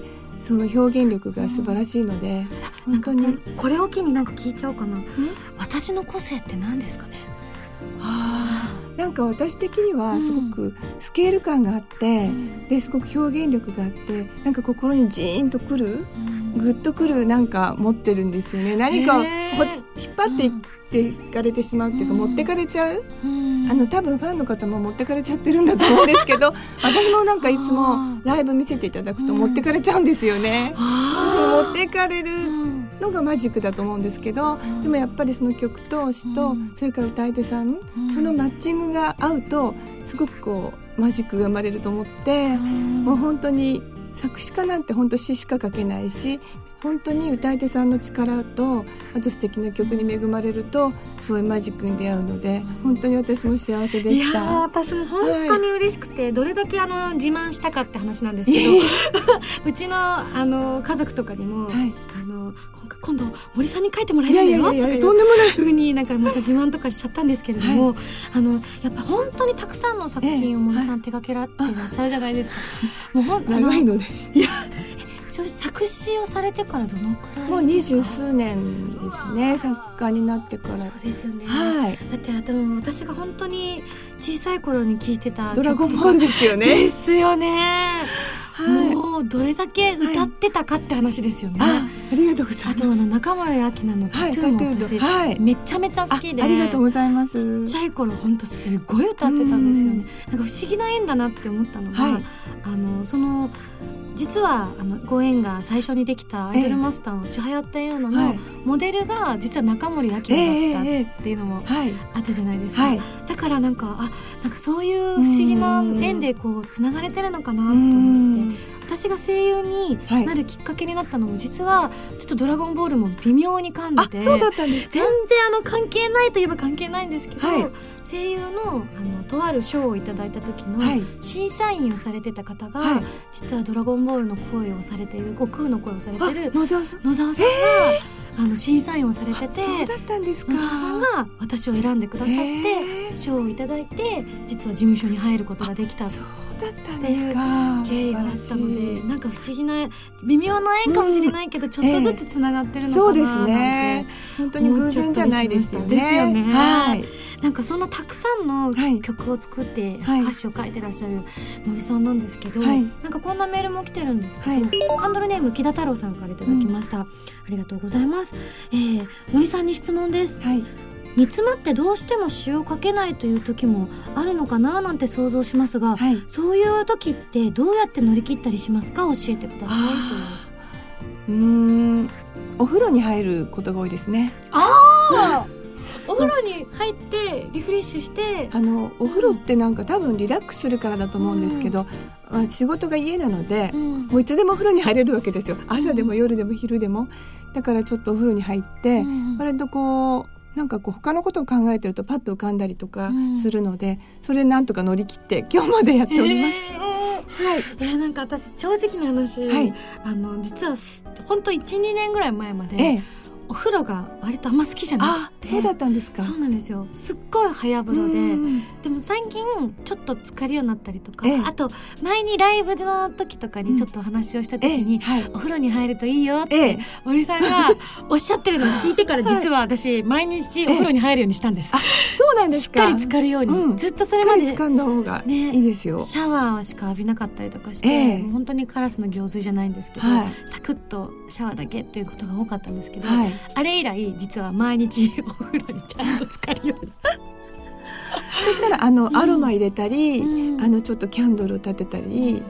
うん、その表現力が素晴らしいので、うん、本当にこれを機になんか聞いちゃおうかな。私の個性って何ですかね。 はあ、なんか私的にはすごくスケール感があって、うん、ですごく表現力があってなんか心にジーンとくる、うん、グッとくるなんか持ってるんですよね。何かを引っ張っていっていかれてしまうっていうか、うん、持ってかれちゃう、うん、あの多分ファンの方も持ってかれちゃってるんだと思うんですけど私もなんかいつもライブ見せていただくと持ってかれちゃうんですよね、うん、その持ってかれるのがマジックだと思うんですけど、うん、でもやっぱりその曲と詩と、うん、それから歌い手さん、うん、そのマッチングが合うとすごくこうマジックが生まれると思って、うん、もう本当に作詞家なんて本当詩しか書けないし本当に歌い手さんの力とあと素敵な曲に恵まれるとそういうマジックに出会うので本当に私も幸せでした。 いや私も本当に嬉しくて、はい、どれだけあの自慢したかって話なんですけどうちの、あの家族とかにも、はい、あの今度森さんに書いてもらえるんだよとかいうふうになんかまた自慢とかしちゃったんですけれども、はい、あのやっぱ本当にたくさんの作品を森さん手掛けられてらっしゃるじゃないですか、もうほん長いのでいや作詞をされてからどのくらいですか？ もう二十数年ですね、作家になってから。 そうですよね、 はい、 だってでも私が本当に小さい頃に聴いてたドラゴンボールですよね。 ですよね、はい、もうどれだけ歌ってたかって話ですよね、はい、あ, ありがとうございます。あとあの中森明菜のタトゥーも私、はい、めちゃめちゃ好きであ, ありがとうございます。 ちっちゃい頃本当すごい歌ってたんですよね。なんか不思議な縁だなって思ったのが、はい、あのその実はあのご縁が最初にできたアイドルマスターの千早っていうのの、はい、モデルが実は中森明菜だったっていうのもあったじゃないですか、はい、だからなんかあなんかそういう不思議な縁でこうつながれてるのかなと思って、私が声優になるきっかけになったのも実はちょっとドラゴンボールも微妙に噛んでて、 あ、そうだったんですか。 全然あの関係ないといえば関係ないんですけど、はい、声優の、あのとある賞をいただいた時の審査員をされてた方が、はい、実はドラゴンボールの声をされている悟空の声をされてる野沢さん野沢さんがあの審査員をされてて、 そうだったんですか。 野沢さんが私を選んでくださって賞をいただいて実は事務所に入ることができたっていう経緯があったので、なんか不思議な微妙な縁かもしれないけど、うん、ちょっとずつつながってるのかななんて、 そうですね、本当に偶然じゃないですよね。 ですよね、 はい、 なんかそんなたくさんの曲を作って歌詞を書いてらっしゃる森さんなんですけど、はい、なんかこんなメールも来てるんですけど、はい、ハンドルネーム木田太郎さんからいただきました、うん、ありがとうございます、えー、森さんに質問です、はい、煮詰まってどうしても詩を書けないという時もあるのかななんて想像しますが、はい、そういう時ってどうやって乗り切ったりしますか？教えてくださいという。うーんお風呂に入ることが多いですね。 あお風呂に入ってリフレッシュしてあのお風呂ってなんか多分リラックスするからだと思うんですけど、うんまあ、仕事が家なので、うん、もういつでもお風呂に入れるわけですよ。朝でも夜でも昼でも。だからちょっとお風呂に入って、うん、割とこうなんかこう他のことを考えてるとパッと浮かんだりとかするので、うん、それでなんとか乗り切って今日までやっております、えーはい、 いやなんか私正直な話、はい、あの実は本当 いちにねんぐらい前まで、えーお風呂が割とあんま好きじゃなくて。 あ、そうだったんですか。 そうなんですよ。すっごい早風呂で、でも最近ちょっと浸かるようになったりとか、ええ、あと前にライブの時とかにちょっとお話をした時に、うんえはい、お風呂に入るといいよって、え、森さんがおっしゃってるのを聞いてから実は私毎日お風呂に入るようにしたんです。 あ、そうなんですか。 しっかり浸かるように、うん、ずっとそれまでしっかり浸かんだ方がいいですよ、 ね、シャワーしか浴びなかったりとかして、もう本当にカラスの行水じゃないんですけど、はい、サクッとシャワーだけっていうことが多かったんですけど、はい、あれ以来実は毎日お風呂にちゃんと浸かるようにそしたらあの、うん、アロマ入れたり、うん、あのちょっとキャンドルを立てたり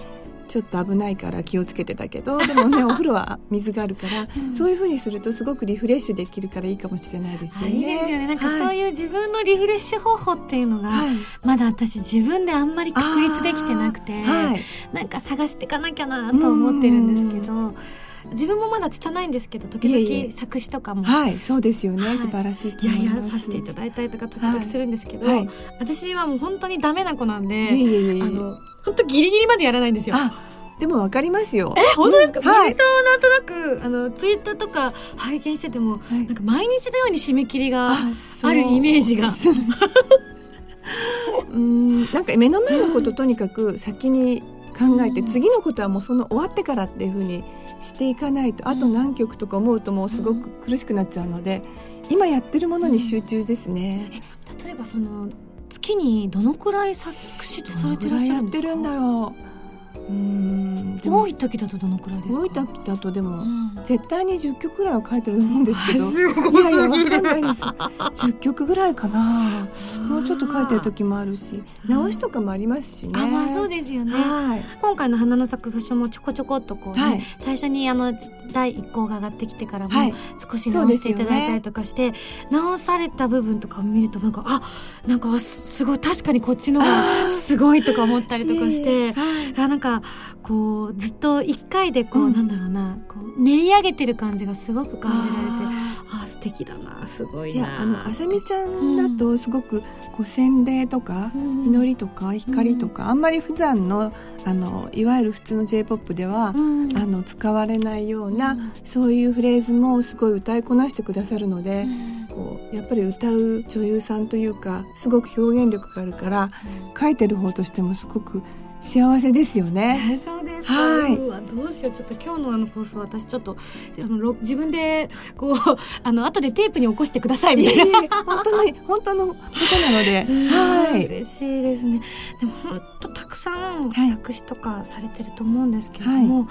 ちょっと危ないから気をつけてたけどでもねお風呂は水があるから、うん、そういう風にするとすごくリフレッシュできるからいいかもしれないですよね。 いいですよね。なんかそういう自分のリフレッシュ方法っていうのが、はい、まだ私自分であんまり確立できてなくて、はい、なんか探していかなきゃなと思ってるんですけど、自分もまだ拙いんですけど時々作詞とかもはいそうですよね、はい、素晴らしいと思います。 いやいやさせていただいたりとか時々するんですけど、はいはい、私はもう本当にダメな子なんでいやいやいやあの本当ギリギリまでやらないんですよ。 あでも分かりますよ。 え本当ですか、うん、はい、森さんはなんとなくあのツイッターとか拝見してても、はい、なんか毎日のように締め切りがあるイメージがうんなんか目の前のこととにかく先に考えて、うん、次のことはもうその終わってからっていう風にしていかないと、あと何曲とか思うともうすごく苦しくなっちゃうので、うん、今やってるものに集中ですね。 え例えばその月にどのくらい作詞ってされてらっしゃるんですか？ どのくらいやってるんだろう。うーん多い時だとどのくらいですか？ 多い時だとでも、うん、絶対にじゅっきょくぐらいは書いてると思うんですけどすごすぎる。いやいや分かんないですじゅっきょくぐらいかな。もうちょっと書いてる時もあるし直しとかもありますしね。 あ、まあ、そうですよね、はい、今回の花の咲く場所もちょこちょこっとこう、ねはい、最初にあのだいいっこうが上がってきてからも少し直していただいたりとかして、はいね、直された部分とかを見るとなんかあなんかすごい確かにこっちの方がすごいとか思ったりとかして、あなんかこうずっといっかいでこう、うん、なんだろうなこう練り上げてる感じがすごく感じられて、ああ素敵だなすごいな。 いやあのあさみちゃんだとすごくこう洗礼とか、うん、祈りとか光とか、うん、あんまり普段のあのいわゆる普通の J-ポップ では、うん、あの使われないような、うん、そういうフレーズもすごい歌いこなしてくださるので、うん、こうやっぱり歌う女優さんというかすごく表現力があるから、うん、書いてる方としてもすごく幸せですよね。 えー、そうですか、はい、うわどうしようちょっと今日のあの放送私ちょっとあの自分でこうあの後でテープに起こしてくださいみたいな、 えー、本当に本当のことなので、 はい、嬉しいですね。でも本当たくさん作詞とかされてると思うんですけれども、はい、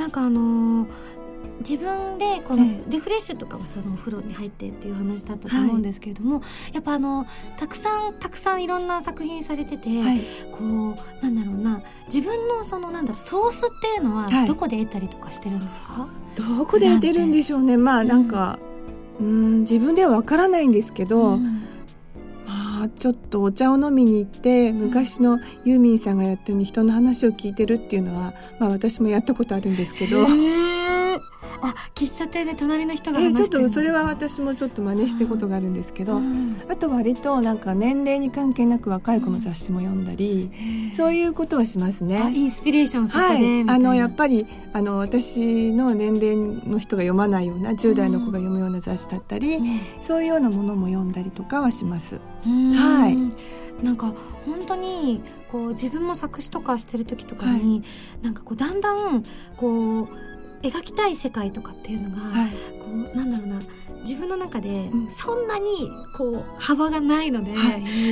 なんかあのー自分でこのリフレッシュとかはそのお風呂に入ってっていう話だったと思うんですけれども、はい、やっぱあのたくさんたくさんいろんな作品されてて、はい、こうなんだろうな自分のそのなんだろうソースっていうのはどこで得たりとかしてるんですか？はい、 どこで得てるんでしょうね。まあなんか、うん、うん自分ではわからないんですけど、うんまあ、ちょっとお茶を飲みに行って昔のユーミンさんがやってるように人の話を聞いてるっていうのは、まあ、私もやったことあるんですけどあ喫茶店で隣の人が話してる、 えー、ちょっとそれは私もちょっと真似したことがあるんですけど、うん、あと割となんか年齢に関係なく若い子の雑誌も読んだり、うん、そういうことはしますね。 あインスピレーションそこで、はい、 あのやっぱりあの私の年齢の人が読まないようなじゅう代の子が読むような雑誌だったり、うん、そういうようなものも読んだりとかはします、うん、はいなんか本当にこう自分も作詞とかしてる時とかに、はい、なんかこうだんだんこう描きたい世界とかっていうのが、はい、こうなんだろうな自分の中でそんなにこう幅がないので、はい、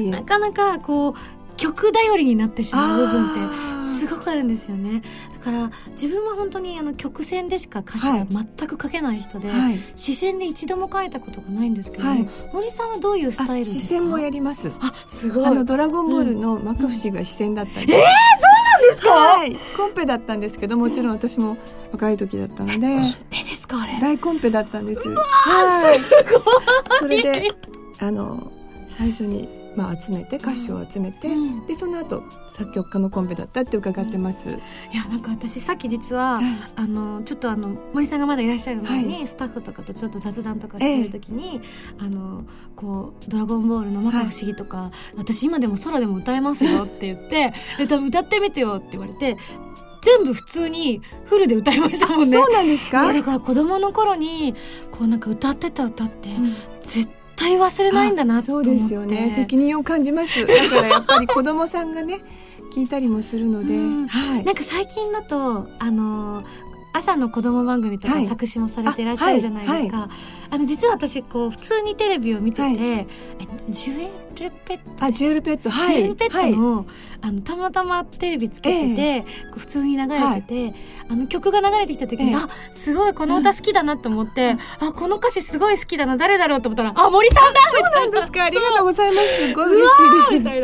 なかなかこう曲頼りになってしまう部分ってすごくあるんですよね。だから自分は本当にあの曲線でしか歌詞が全く書けない人で、はい、視線で一度も書いたことがないんですけど、はい、森さんはどういうスタイルですか？ 視線もやります。 あすごい。 あのドラゴンボールのマカフシが視線だったんで、 うんうん、えー、そうなんですか？ はい、コンペだったんですけどもちろん私も若い時だったのでコンペですか？あれ大コンペだったんです。 うわー、はい、すごい。 それであの最初にまあ、集めて歌詞を集めて、うん、でその後作曲家のコンペだったって伺ってます、うん、いやなんか私さっき実は、はい、あのちょっとあの森さんがまだいらっしゃる前に、はい、スタッフとかとちょっと雑談とかしてる時に、えー、あのこうドラゴンボールの摩訶不思議とか、はい、私今でも空でも歌えますよって言って歌ってみてよって言われて全部普通にフルで歌いましたもんね。 そうなんですか？ だから子供の頃にこうなんか歌ってた歌って、うん、絶対絶対忘れないんだなと思って。 そうですよね。責任を感じます。だからやっぱり子供さんがね聞いたりもするので、うんはい、 なんか最近だとあの朝の子供番組とか作詞もされていらっしゃるじゃないですか、はいはいはい、あの実は私こう普通にテレビを見てて、はい、えジュエルペットあジュエルペット、はい、 ジュエルペットの、はい、あのたまたまテレビつけてて、えー、こう普通に流れてて、はい、あの曲が流れてきた時に、えー、あすごいこの歌好きだなと思って、うん、あこの歌詞すごい好きだな誰だろうと思ったらあ森さんだそうなんですかありがとうございますすごい嬉しいですみたいな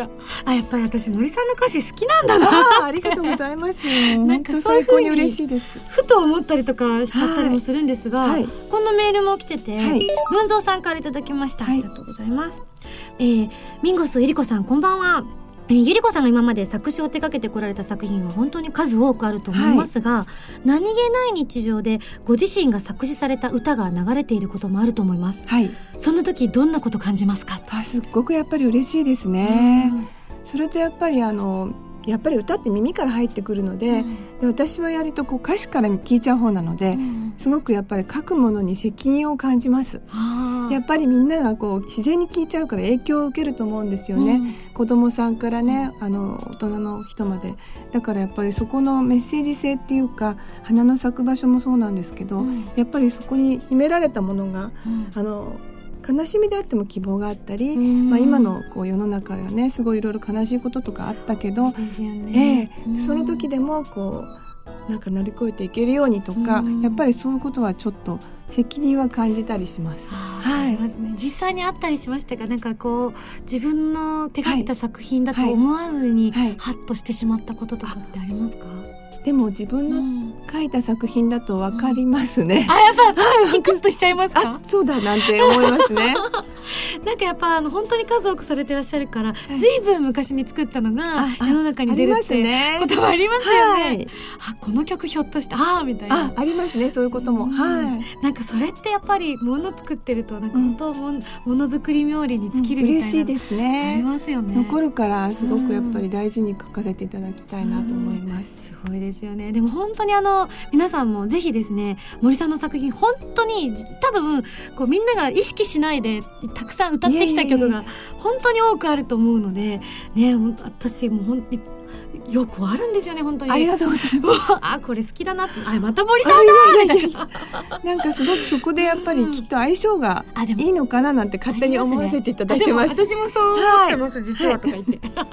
あ、やっぱり私森さんの歌詞好きなんだなあありがとうございますなんかそういう風に最高に嬉しいです。 ふと思ったりとかしちゃったりもするんですが、はい、こんなメールも来てて、はい、文蔵さんからいただきました、はい、ありがとうございます。えー、ミンゴスゆりこさんこんばんは。えー、ゆりこさんが今まで作詞を手掛けてこられた作品は本当に数多くあると思いますが、はい、何気ない日常でご自身が作詞された歌が流れていることもあると思います、はい、そんな時どんなこと感じますか？ あ、すっごくやっぱり嬉しいですね。それとやっぱりあのやっぱり歌って耳から入ってくるので、うん、で私はやりとこう歌詞から聞いちゃう方なので、うん、すごくやっぱり書くものに責任を感じます。やっぱりみんながこう自然に聞いちゃうから影響を受けると思うんですよね、うん、子供さんからねあの大人の人まで。だからやっぱりそこのメッセージ性っていうか花の咲く場所もそうなんですけど、うん、やっぱりそこに秘められたものが、うん、あの悲しみであっても希望があったり、まあ、今のこう世の中はねすごいいろいろ悲しいこととかあったけど、ですよね、えー、その時でもこうなんか乗り越えていけるようにとか、やっぱりそういうことはちょっと責任は感じたりします。 はい、実際にあったりしましたか？なんかこう自分の手がけた作品だと思わずにハッとしてしまったこととかってありますか？ でも自分の書いた作品だと分かりますね、 うん、あ、やっぱピクッとしちゃいますか？ あ、そうだなんて思いますねなんかやっぱあの本当に数多くされてらっしゃるから、ずいぶん昔に作ったのが世の中に出るってこともありますよね。はい、あ、この曲ひょっとしてああみたいな。 あ、ありますね、そういうことも、うん、はい。 なんかそれってやっぱり物作ってるとなんか本当も、うん、ものづくり冥利に尽きるみたいな、うん、嬉しいですね。ありますよね。 残るからすごくやっぱり大事に書かせていただきたいなと思います、 うん、すごいですよね。でも本当にあの皆さんもぜひですね森さんの作品本当に多分こうみんなが意識しないでたくさん歌ってきた曲が本当に多くあると思うのでね、私も本当によくあるんですよね。本当にありがとうございますあ、これ好きだなって、あ、また森さんだみたいななんかすごくそこでやっぱりきっと相性がいいのかななんて勝手に思わせていただいてます。 あ、でも私もそう思ってます、はい、実はとか言って、はい、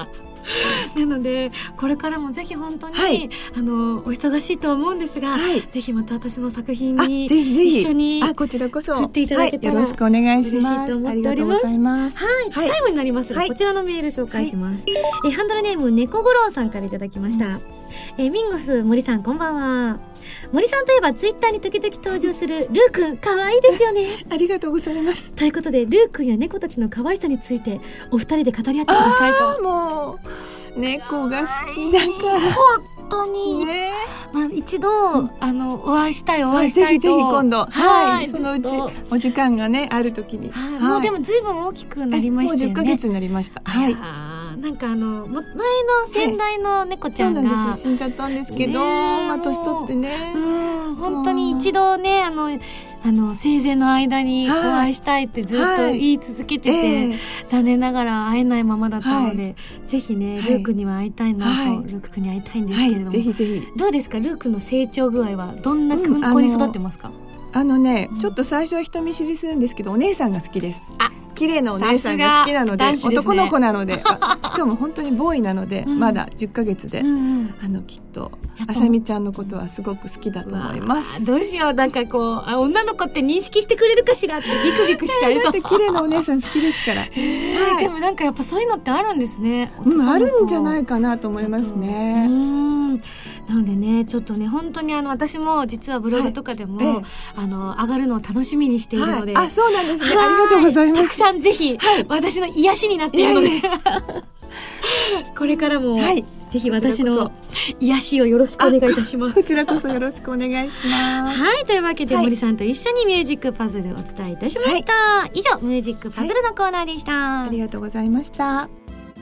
なのでこれからもぜひ本当に、はい、あのお忙しいとは思うんですが、はい、ぜひまた私の作品に一緒にあこちらこそ作っていただけたら、 はい、よろしくお願いします。 嬉しいと思っております。 ありがとうございます。 はい、はい、最後になりますが、はい、こちらのメール紹介します、はい、えハンドルネーム猫五郎さんからいただきました、うん、えミンゴス森さんこんばんは。森さんといえばツイッターに時々登場するルーくん可愛いですよねありがとうございます。 ということでルーくんや猫たちの可愛さについてお二人で語り合ってくださいと。 あもう猫が好きだから本当に、ね、まあ、一度、うん、あのお会いしたいお会いしたいと、 ぜひぜひ今度、はい、そのうちお時間がねある時に、 はいはい、もうでもずいぶん大きくなりましたよね。 もうじゅっかげつになりました。はい、 なんかあの前の先代の猫ちゃんが、 はい、そうなんですよ、死んじゃったんですけど、ね、まあ年取ってね、 うん、本当に一度ねあのあの生前の間にお会いしたいってずっと言い続けてて、はいえー、残念ながら会えないままだったので、はい、ぜひねルークには会いたいなと、はい、ルーク君に会いたいんですけれども、はい、ぜひぜひどうですかルークの成長具合はどんな子に育ってますか？うん、 あのね、うん、ちょっと最初は人見知りするんですけどお姉さんが好きです。あ、綺麗なお姉さんが好きなので、ね、男の子なのでしかも本当にボーイなので、うん、まだじゅっかげつで、うんうん、あのきっとあさみちゃんのことはすごく好きだと思います。 どうしよう、なんかこうあ女の子って認識してくれるかしらってビクビクしちゃいそう。だって綺麗なお姉さん好きですから、はい、 でもなんかやっぱそういうのってあるんですね。 うん、あるんじゃないかなと思いますね。うん、 なのでねちょっとね本当にあの私も実はブログとかでも、はいええ、あの上がるのを楽しみにしているので、 はい、あ、そうなんですね。ありがとうございます。 たくさんぜひ、はい、私の癒しになっているので、いやいやこれからも、はい、ぜひ私の癒しをよろしくお願いいたします。 こちらこそよろしくお願いします。 はい、というわけで、はい、森さんと一緒にミュージックパズルをお伝えいたしました、はい、以上ミュージックパズルのコーナーでした、 はい、ありがとうございました。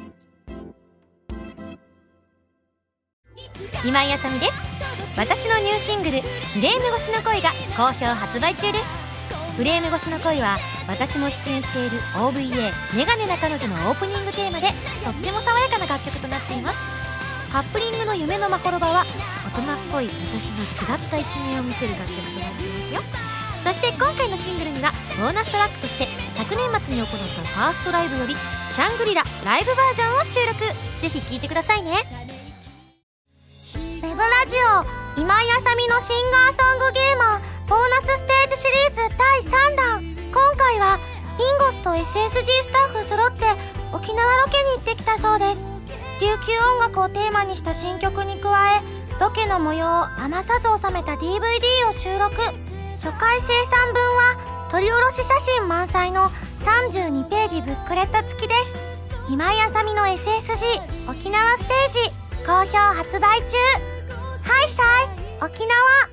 今井あさみです。私のニューシングルフレーム越しの恋が好評発売中です。フレーム越しの恋は私も出演している オーブイエー メガネな彼女のオープニングテーマでとっても爽やかな楽曲となっています。カップリングの夢のまほろばは大人っぽい私の違った一面を見せる楽曲となっていますよ。そして今回のシングルにはボーナストラックとして昨年末に行ったファーストライブよりシャングリラライブバージョンを収録。ぜひ聴いてくださいね。ウェブラジオ今井あさみのシンガーソングゲーマーボーナスステージシリーズだいさんだん。今回はミンゴスと エスエスジー スタッフ揃って沖縄ロケに行ってきたそうです。 琉球音楽をテーマにした新曲に加え、ロケの模様を余さず収めた ディーブイディー を収録。初回生産分は撮り下ろし写真満載のさんじゅうにページブックレット付きです。今井あさみの エスエスジー 沖縄ステージ好評発売中。ハイサイ沖縄。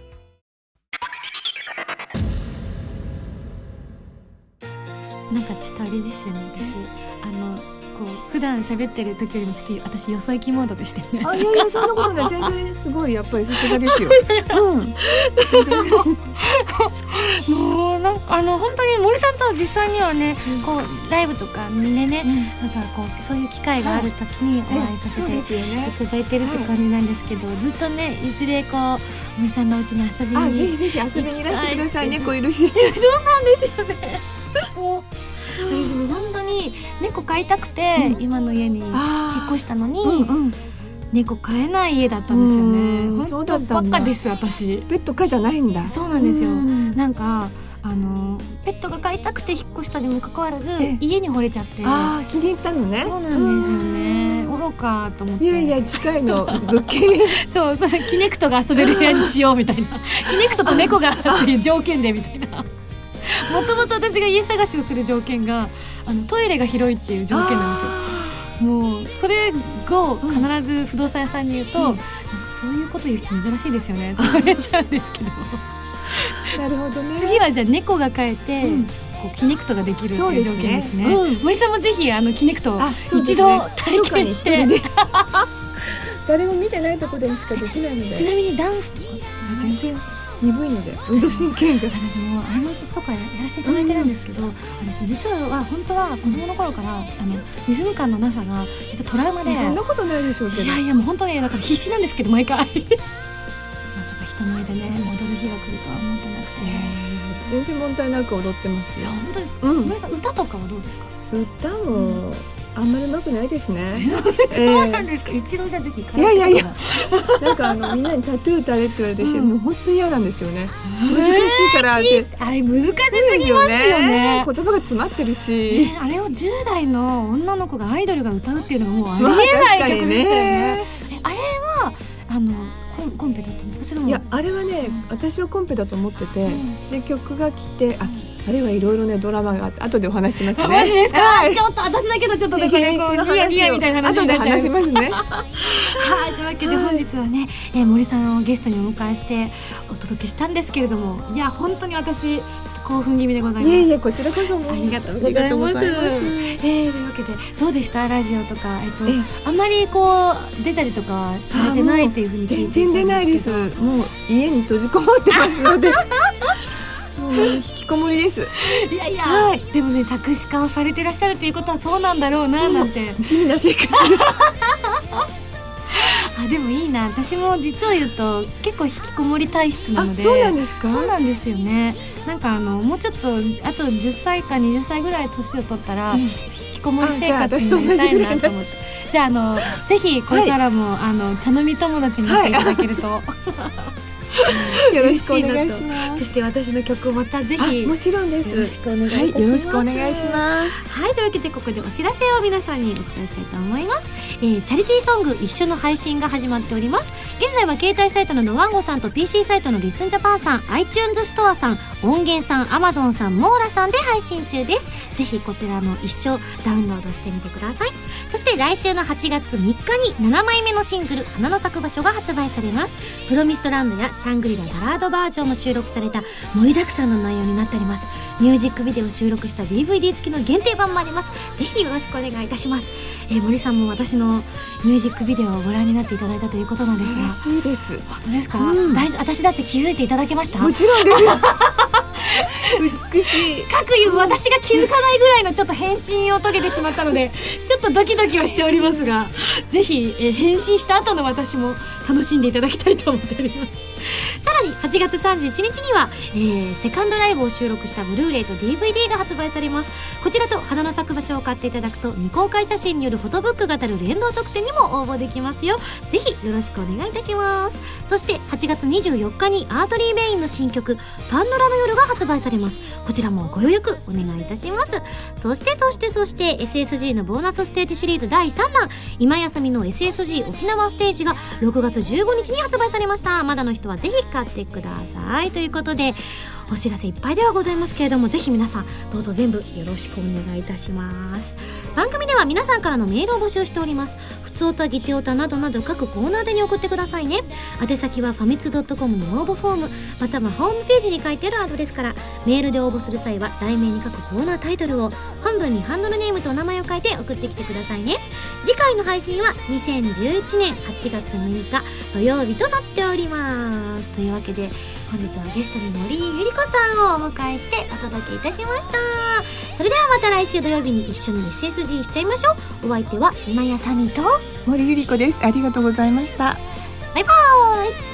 なんかちょっとあれですよね、私あのこう普段喋ってる時よりもちょっと私よそ行きモードでしてね。 あ、いやいや、そんなことない。全然すごい、やっぱりさすがですよ。うんもうなんかあの本当に森さんとは実際にはね、うん、こうライブとかでね、うん、なんかこうそういう機会がある時にお会いさせていただいてるって感じなんですけど、はい、ずっとねいずれこう森さんのお家に遊びに、 あ、ぜひぜひ遊びにいらしてください。猫いるし。 そうなんですよね。もう私も本当に猫飼いたくて、うん、今の家に引っ越したのに、うんうん、猫飼えない家だったんですよね。本当ばっかです私。 ペット飼いじゃないんだ。 そうなんですよ。なんかあのペットが飼いたくて引っ越したにもかかわらず家に惚れちゃって、 あー、気に入ったのね。 そうなんですよね。愚かと思って、 いやいや近いの物件そうそれキネクトが遊べる部屋にしようみたいなキネクトと猫がっていう条件でみたいな。もともと私が家探しをする条件があのトイレが広いっていう条件なんですよ。もうそれを必ず不動産屋さんに言うと、うん、なんかそういうこと言う人珍しいですよねって言われちゃうんですけどなるほどね。 次はじゃあ猫が飼えて、うん、こうキネクトができるっていう条件ですね。うん、森さんもぜひあのキネクトを一度体験して、ね、 誰も見てないところでしかできないので。 ちなみにダンスとかってそれ全然鈍いので運動神経が。 私もアイマスとかやらせていただいてるんですけど、うん、私実は本当は子供の頃からあのリズム感のなさが実はトラウマで。 そんなことないでしょうけど。 いやいやもう本当にだから必死なんですけど毎回まさか人前でね踊る日が来るとは思ってなくて、 えー、全然問題なく踊ってますよ。 いや本当ですか。森さん歌とかはどうですか。 歌も、うん、あんまり上手くないですね。 そうなんですか。一度じゃぜひ。いやいやいや。なんかあのみんなにタトゥー打たれって言われて、うん、もう本当に嫌なんですよね。難しいからって。 あれ難しすぎますよね。 言葉が詰まってるし、 ね、あれをじゅう代の女の子がアイドルが歌うっていうのがもうありえない曲ですよね。あれはあのコン、コンペだったんですか。それとも。 いやあれはね、私はコンペだと思ってて、うん、で曲が来て、ああれはいろいろねドラマがあって後でお話しますね。 マジですか、はい、ちょっと私だけどちょっとだけニヤニヤみたいな話になっちゃう。 後で話しますねはい、というわけで本日はね、えー、森さんをゲストにお迎えしてお届けしたんですけれども、いや本当に私ちょっと興奮気味でございます。 いえいえこちらこそもありがとうございます。えー、というわけでどうでしたラジオとか、えっと、えあんまりこう出たりとかされてないっていうふうに聞いていたんですけど。 全然出ないです。もう家に閉じこもってますのでもう引きこもりです。 いやいや、はい、でもね作詞家をされてらっしゃるということはそうなんだろうななんて、 地味な生活あでもいいな。私も実を言うと結構引きこもり体質なので。 そうなんですか。 そうなんですよね。なんかあのもうちょっとあとじゅっさいかはたちぐらい年を取ったら、うん、引きこもり生活になりたいなと思って。じゃああのぜひこれからも、はい、あの茶飲み友達になっていただけると、はいよろしくお願いします。 そして私の曲をまたぜひもちろんです。 よろしくお願いいたします。 はい、よろしくお願いします。 はい、というわけでここでお知らせを皆さんにお伝えしたいと思います。えー、チャリティーソング一緒の配信が始まっております。現在は携帯サイトのノワンゴさんと ピーシー サイトのリスンジャパンさん、 iTunes ストアさん、音源さん、Amazon さん、モーラさんで配信中です。ぜひこちらの一緒ダウンロードしてみてください。そして来週のはちがつみっかにななまいめのシングル花の咲く場所が発売されます。プロミストランドやシャングリラバラードバージョンも収録された盛りだくさんの内容になっております。ミュージックビデオを収録した ディーブイディー 付きの限定版もあります。ぜひよろしくお願いいたします。えー、森さんも私のミュージックビデオをご覧になっていただいたということなんですが。 嬉しいです。 本当ですか、うん、大丈夫。私だって気づいていただけました。 もちろんです美しい。 かくいう私が気づかないぐらいのちょっと変身を遂げてしまったのでちょっとドキドキはしておりますが、ぜひ、えー、変身した後の私も楽しんでいただきたいと思っております。さらにはちがつさんじゅういちにちには、えー、セカンドライブを収録したブルーレイと ディーブイディー が発売されます。こちらと花の咲く場所を買っていただくと未公開写真によるフォトブックが当たる連動特典にも応募できますよ。ぜひよろしくお願いいたします。そしてはちがつにじゅうよっかにアートリー・メインの新曲パンドラの夜が発売されます。こちらもご予約お願いいたします。そしてそしてそして エスエスジー のボーナスステージシリーズだいさんだん今やさみの エスエスジー 沖縄ステージがろくがつじゅうごにちに発売されました。まだの人はぜひ買ってくださいということで、お知らせいっぱいではございますけれども、ぜひ皆さんどうぞ全部よろしくお願いいたします。番組では皆さんからのメールを募集しております。ふつおた、ぎておたなどなど各コーナーでに送ってくださいね。宛先はファミツドットコムの応募フォーム、またはホームページに書いてあるアドレスから。メールで応募する際は題名に書くコーナータイトルを、本文にハンドルネームとお名前を書いて送ってきてくださいね。次回の配信はにせんじゅういちねんはちがつむいか土曜日となっております。というわけで本日はゲストに森ゆり子さんをお迎えしてお届けいたしました。それではまた来週土曜日に一緒に エスエスジー しちゃいましょう。お相手は今やさみと森ゆり子です。ありがとうございました。 バイバーイ。